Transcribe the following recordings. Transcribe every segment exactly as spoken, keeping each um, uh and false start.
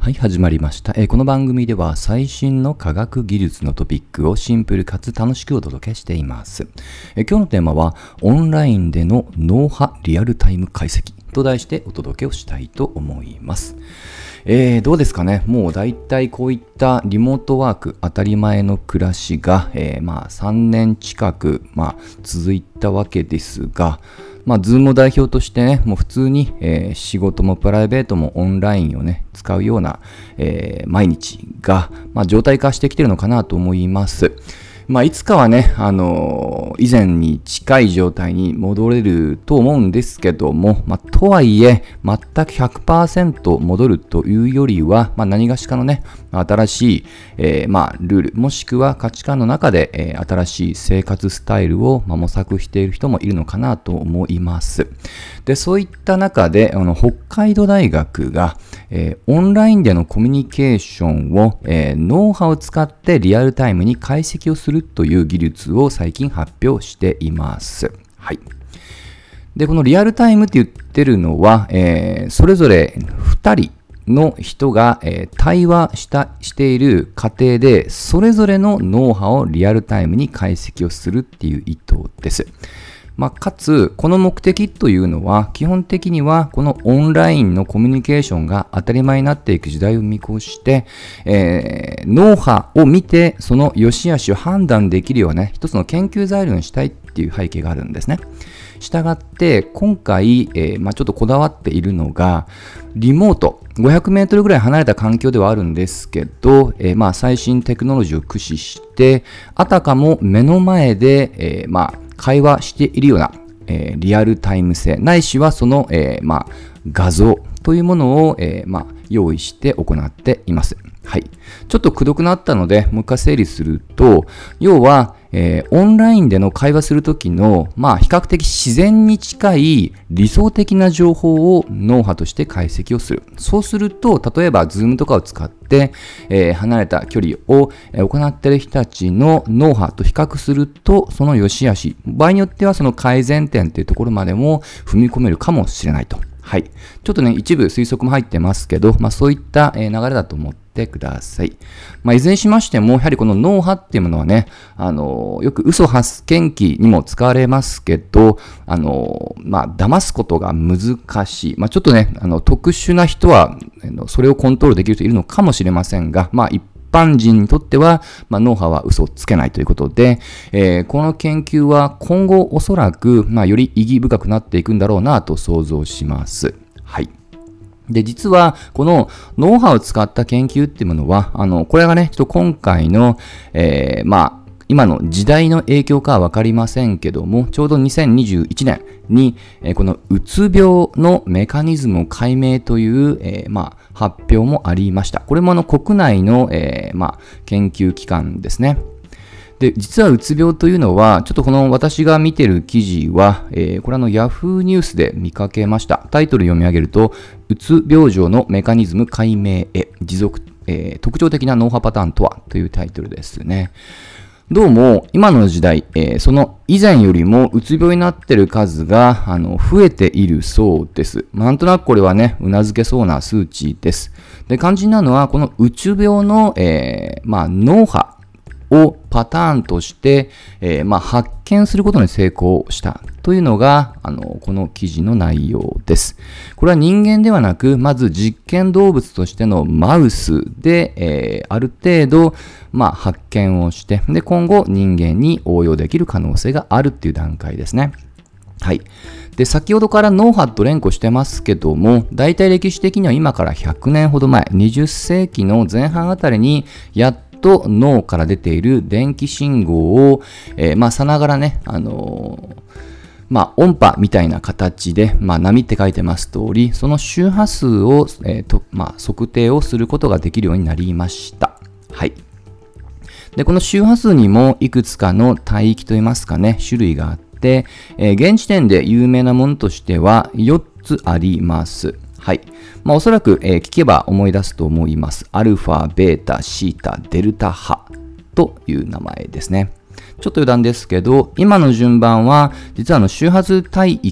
はい、始まりました。えーこの番組では最新の科学技術のトピックをシンプルかつ楽しくお届けしています。えー今日のテーマはオンラインでの脳波リアルタイム解析と題してお届けをしたいと思います。えー、どうですかね。もうだいたいこういったリモートワーク当たり前の暮らしが、えーまあさんねん近く、まあ、続いたわけですが、まあ、ズームを代表としてね、もう普通に、えー仕事もプライベートもオンラインをね、使うような、えー毎日が、まあ、常態化してきてるのかなと思います。まあ、いつかはね、あのー以前に近い状態に戻れると思うんですけども、まあ、とはいえ、全く ひゃくパーセント 戻るというよりは、まあ、何がしかのね、新しい、えーまあ、ルール、もしくは価値観の中で、えー新しい生活スタイルを、まあ、模索している人もいるのかなと思います。で、そういった中で、あの北海道大学が、えーオンラインでのコミュニケーションを、えーノウハウを使ってリアルタイムに解析をするという技術を最近発表しています。はい。で、このリアルタイムって言ってるのは、えーそれぞれふたりの人が、えー対話したしている過程で、それぞれのノウハウをリアルタイムに解析をするっていう意図です。まあ、かつ、この目的というのは、基本的には、このオンラインのコミュニケーションが当たり前になっていく時代を見越して、えー、脳波を見て、その良し悪しを判断できるような、一つの研究材料にしたいっていう背景があるんですね。したがって、今回、えーまあ、ちょっとこだわっているのが、リモート、ごひゃくメートルぐらい離れた環境ではあるんですけど、えーまあ、最新テクノロジーを駆使して、あたかも目の前で、えーまあ、会話しているような、えーリアルタイム性、ないしはその、えーまあ、画像というものを、えーまあ、用意して行っています。はい。ちょっとくどくなったので、もう一回整理すると、要は、えーオンラインでの会話するときの、まあ、比較的自然に近い理想的な情報を脳波として解析をする。そうすると、例えば、ズームとかを使って、えー離れた距離をえー行っている人たちの脳波と比較すると、その良し悪し、場合によってはその改善点というところまでも踏み込めるかもしれないと。はい。ちょっとね、一部推測も入ってますけど、まあそういったえー流れだと思ってください。まあいずれにしましても、やはりこの脳波っていうものはね、あのーよく嘘発見器にも使われますけど、あのーまあ騙すことが難しい。まあちょっとね、あの特殊な人は、あのそれをコントロールできる人いるのかもしれませんが、まあ一一般人にとっては、まあ、脳波は嘘をつけないということで、えーこの研究は今後おそらく、まあ、より意義深くなっていくんだろうなと想像します。はい。で、実は、この脳波を使った研究っていうものは、あの、これがね、ちょっと今回の、えーまあ、今の時代の影響かはわかりませんけども、ちょうどにせんにじゅういちねんに、えーこのうつ病のメカニズムを解明という、えーまあ、発表もありました。これもあの国内の、えーまあ、研究機関ですね。で、実はうつ病というのは、ちょっとこの私が見てる記事は、えーこれあの Yahoo ニュースで見かけました。タイトル読み上げると、うつ病状のメカニズム解明へ持続、えー特徴的な脳波パターンとはというタイトルですね。どうも、今の時代、えーその以前よりもうつ病になっている数が、あの、増えているそうです。まあなんとなくこれはね、うなずけそうな数値です。で、肝心なのは、このうつ病の、えーまあ、脳波をパターンとして、えーまあ、発見することに成功したというのが、あの、この記事の内容です。これは人間ではなく、まず実験動物としてのマウスで、えーある程度、まあ、発見をして、で、今後人間に応用できる可能性があるっていう段階ですね。はい。で、先ほどから脳波と連呼してますけども、大体歴史的には今からひゃくねんほど前、にじゅっせいきの前半あたりに、やっと脳から出ている電気信号を、えーまあ、さながらね、あのーまあ、音波みたいな形で、まあ、波って書いてます通り、その周波数を、えーとまあ、測定をすることができるようになりました。はい。で、この周波数にもいくつかの帯域といいますかね、種類があって、えー現時点で有名なものとしてはよっつあります。はい。まあ、おそらく、えー聞けば思い出すと思います。アルファ、ベータ、シータ、デルタ波という名前ですね。ちょっと余談ですけど、今の順番は、実はあの周波数帯域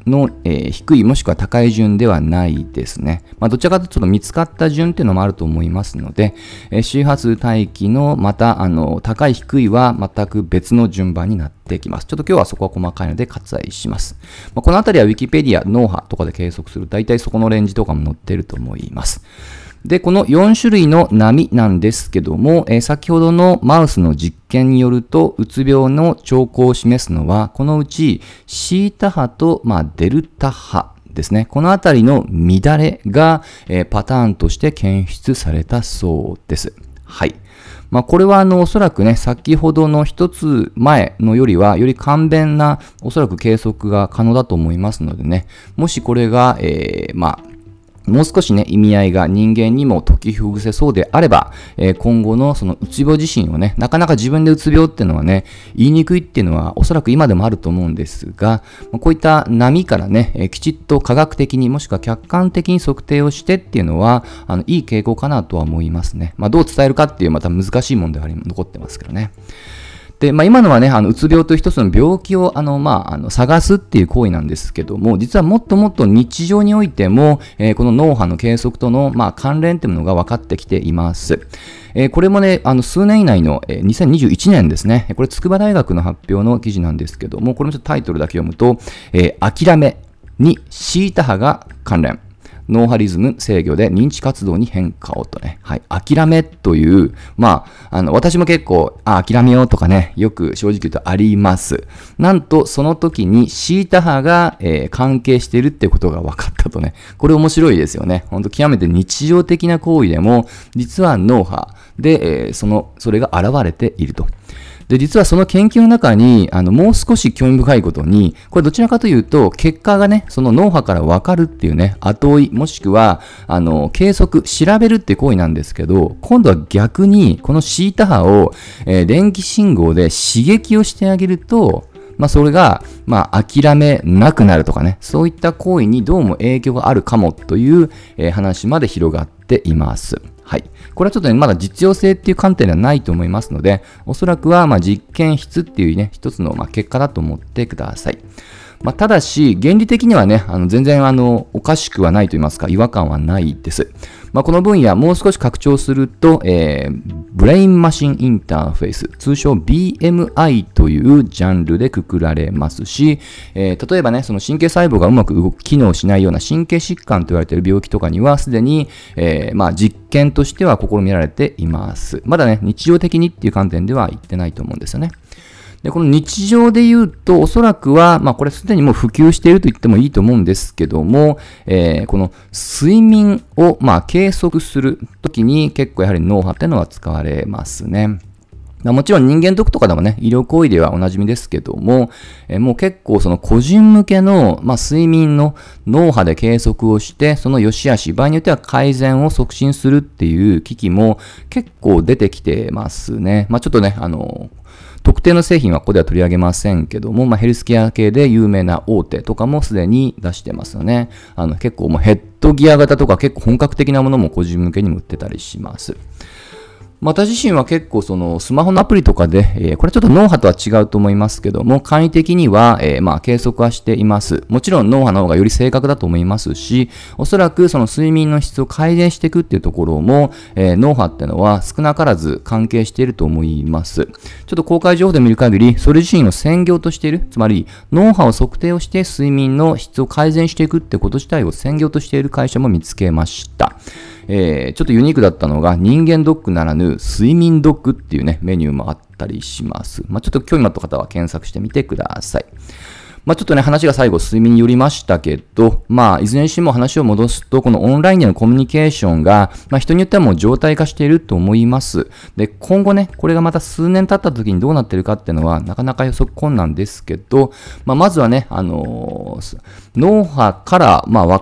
の、えー、低いもしくは高い順ではないですね。まあ、どちらかというとちょっと見つかった順っていうのもあると思いますので、えー、周波数帯域のまたあの高い低いは全く別の順番になってきます。ちょっと今日はそこは細かいので割愛します。まあ、このあたりは Wikipedia、脳波とかで計測すると大体そこのレンジとかも載っていると思います。で、このよん種類の波なんですけども、えー、先ほどのマウスの実験によると、うつ病の兆候を示すのは、このうちシータ波と、まあ、デルタ波ですね。このあたりの乱れが、えー、パターンとして検出されたそうです。はい。まあ、これはあの、おそらくね、先ほどの一つ前のよりは、より簡便な、おそらく計測が可能だと思いますのでね、もしこれが、えー、まあ、もう少しね、意味合いが人間にも解きほぐせそうであれば、えー、今後のそのうつ病自身をね、なかなか自分でうつ病っていうのはね、言いにくいっていうのはおそらく今でもあると思うんですが、こういった波からね、えー、きちっと科学的にもしくは客観的に測定をしてっていうのは、あの、いい傾向かなとは思いますね。まあ、どう伝えるかっていうまた難しい問題が残ってますけどね。で、まあ、今のはね、あの、うつ病という一つの病気を、あの、まあ、あの、探すっていう行為なんですけども、実はもっともっと日常においても、えー、この脳波の計測との、まあ、関連っていうのが分かってきています。えー、これもね、あの、数年以内の、えー、にせんにじゅういちねんですね。これ、筑波大学の発表の記事なんですけども、これもちょっとタイトルだけ読むと、えー、諦めにシータ波が関連。脳波リズム制御で認知活動に変化をとね。はい。諦めという、まあ、あの、私も結構、あ、諦めようとかね、よく正直言うとあります。なんと、その時にシータ波が、えー、関係しているってことが分かったとね。これ面白いですよね。ほんと極めて日常的な行為でも、実は脳波で、えー、その、それが現れていると。で、実はその研究の中に、あの、もう少し興味深いことに、これどちらかというと、結果がね、その脳波からわかるっていうね、後追い、もしくは、あの、計測、調べるって行為なんですけど、今度は逆に、このシータ波を、えー、電気信号で刺激をしてあげると、まあ、それが、まあ、諦めなくなるとかね、そういった行為にどうも影響があるかもという、えー、話まで広がっています。はい。これはちょっとね、まだ実用性っていう観点ではないと思いますので、おそらくは、まあ、実験室っていうね、一つの、まあ、結果だと思ってください。まあ、ただし、原理的にはね、あの、全然あの、おかしくはないと言いますか、違和感はないです。まあ、この分野、もう少し拡張すると、えー、ブレインマシンインターフェース、通称 ビーエムアイ というジャンルでくくられますし、えー、例えばね、その神経細胞がうまく動く、機能しないような神経疾患と言われている病気とかには、すでに、えー、まあ、実験としては試みられています。まだね、日常的にっていう観点では言ってないと思うんですよね。で、この日常で言うと、おそらくは、まあこれすでにもう普及していると言ってもいいと思うんですけども、えー、この睡眠を、まあ計測するときに結構やはり脳波っていうのは使われますね。もちろん人間ドックとかでもね、医療行為ではおなじみですけども、えー、もう結構その個人向けの、まあ、睡眠の脳波で計測をして、その良し悪し、場合によっては改善を促進するっていう機器も結構出てきてますね。まあちょっとね、あの、特定の製品はここでは取り上げませんけども、まあ、ヘルスケア系で有名な大手とかもすでに出してますよね。あの結構もうヘッドギア型とか結構本格的なものも個人向けにも売ってたりします。私自身は結構そのスマホのアプリとかで、えー、これちょっと脳波とは違うと思いますけども、簡易的には、えー、まあ計測はしています。もちろん脳波の方がより正確だと思いますし、おそらくその睡眠の質を改善していくっていうところも、えー、脳波ってのは少なからず関係していると思います。ちょっと公開情報で見る限り、それ自身を専業としている、つまり脳波を測定をして睡眠の質を改善していくってこと自体を専業としている会社も見つけました。えー、ちょっとユニークだったのが人間ドックならぬ睡眠ドックっていうねメニューもあったりします。まあ、ちょっと興味のあった方は検索してみてください。まあ、ちょっとね話が最後睡眠によりましたけど、まあいずれにしても話を戻すとこのオンラインでのコミュニケーションが、まあ、人によってはもう常態化していると思います。で今後ねこれがまた数年経った時にどうなってるかっていうのはなかなか予測困難ですけど、まあ、まずはねあのー、脳波からまあ分かって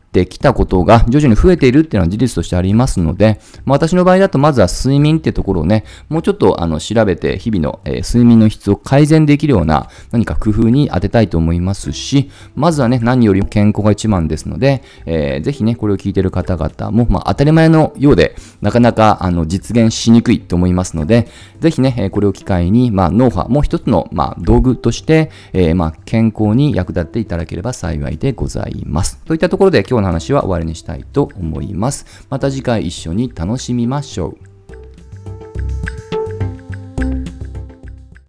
ってきたことが徐々に増えているっていうのは事実としてありますので、まあ、私の場合だとまずは睡眠ってところをね、もうちょっとあの調べて日々の、えー、睡眠の質を改善できるような何か工夫に当てたいと思いますし、まずはね、何よりも健康が一番ですので、えー、ぜひね、これを聞いている方々も、まあ、当たり前のようで、なかなかあの実現しにくいと思いますので、ぜひね、これを機会に、まあ、脳波、もう一つの、まあ、道具として、えー、まあ、健康に役立っていただければ幸いでございます。といったところで今日の話は終わりにしたいと思います。また次回一緒に楽しみましょう。